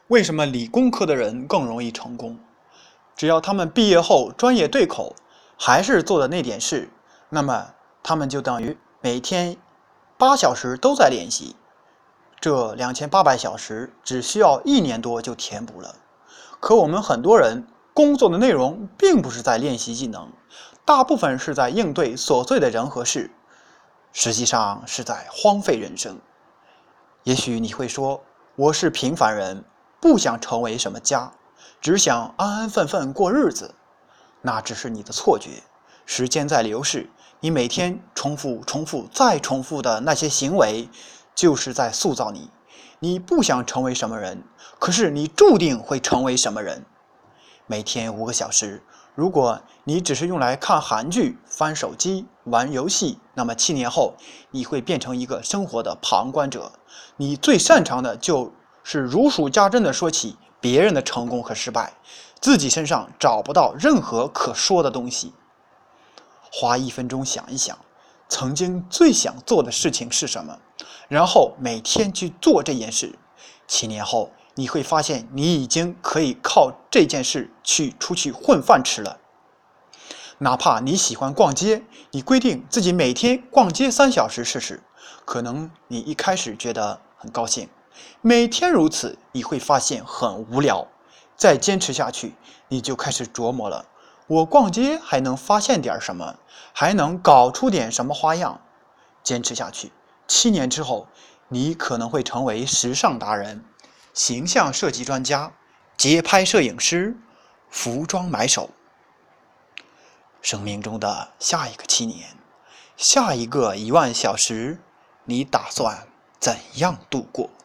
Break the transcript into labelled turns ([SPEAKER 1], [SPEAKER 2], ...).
[SPEAKER 1] 为什么理工科的人更容易成功？只要他们毕业后专业对口，还是做的那点事，那么他们就等于每天8小时都在练习，这2800小时只需要1年多就填补了。可我们很多人工作的内容并不是在练习技能，大部分是在应对琐碎的人和事，实际上是在荒废人生。也许你会说，我是平凡人，不想成为什么家，只想安安分分过日子。那只是你的错觉。时间在流逝，你每天重复再重复的那些行为，就是在塑造你。你不想成为什么人，可是你注定会成为什么人。每天5个小时，如果你只是用来看韩剧、翻手机、玩游戏，那么7年后你会变成一个生活的旁观者。你最擅长的就是如数家珍地说起别人的成功和失败，自己身上找不到任何可说的东西。花1分钟想一想，曾经最想做的事情是什么，然后每天去做这件事。7年后你会发现，你已经可以靠这件事出去混饭吃了。哪怕你喜欢逛街，你规定自己每天逛街3小时试试，可能你一开始觉得很高兴，每天如此，你会发现很无聊。再坚持下去，你就开始琢磨了，我逛街还能发现点什么，还能搞出点什么花样。坚持下去，7年之后，你可能会成为时尚达人、形象设计专家、街拍摄影师、服装买手。生命中的下一个7年，下一个1万小时，你打算怎样度过？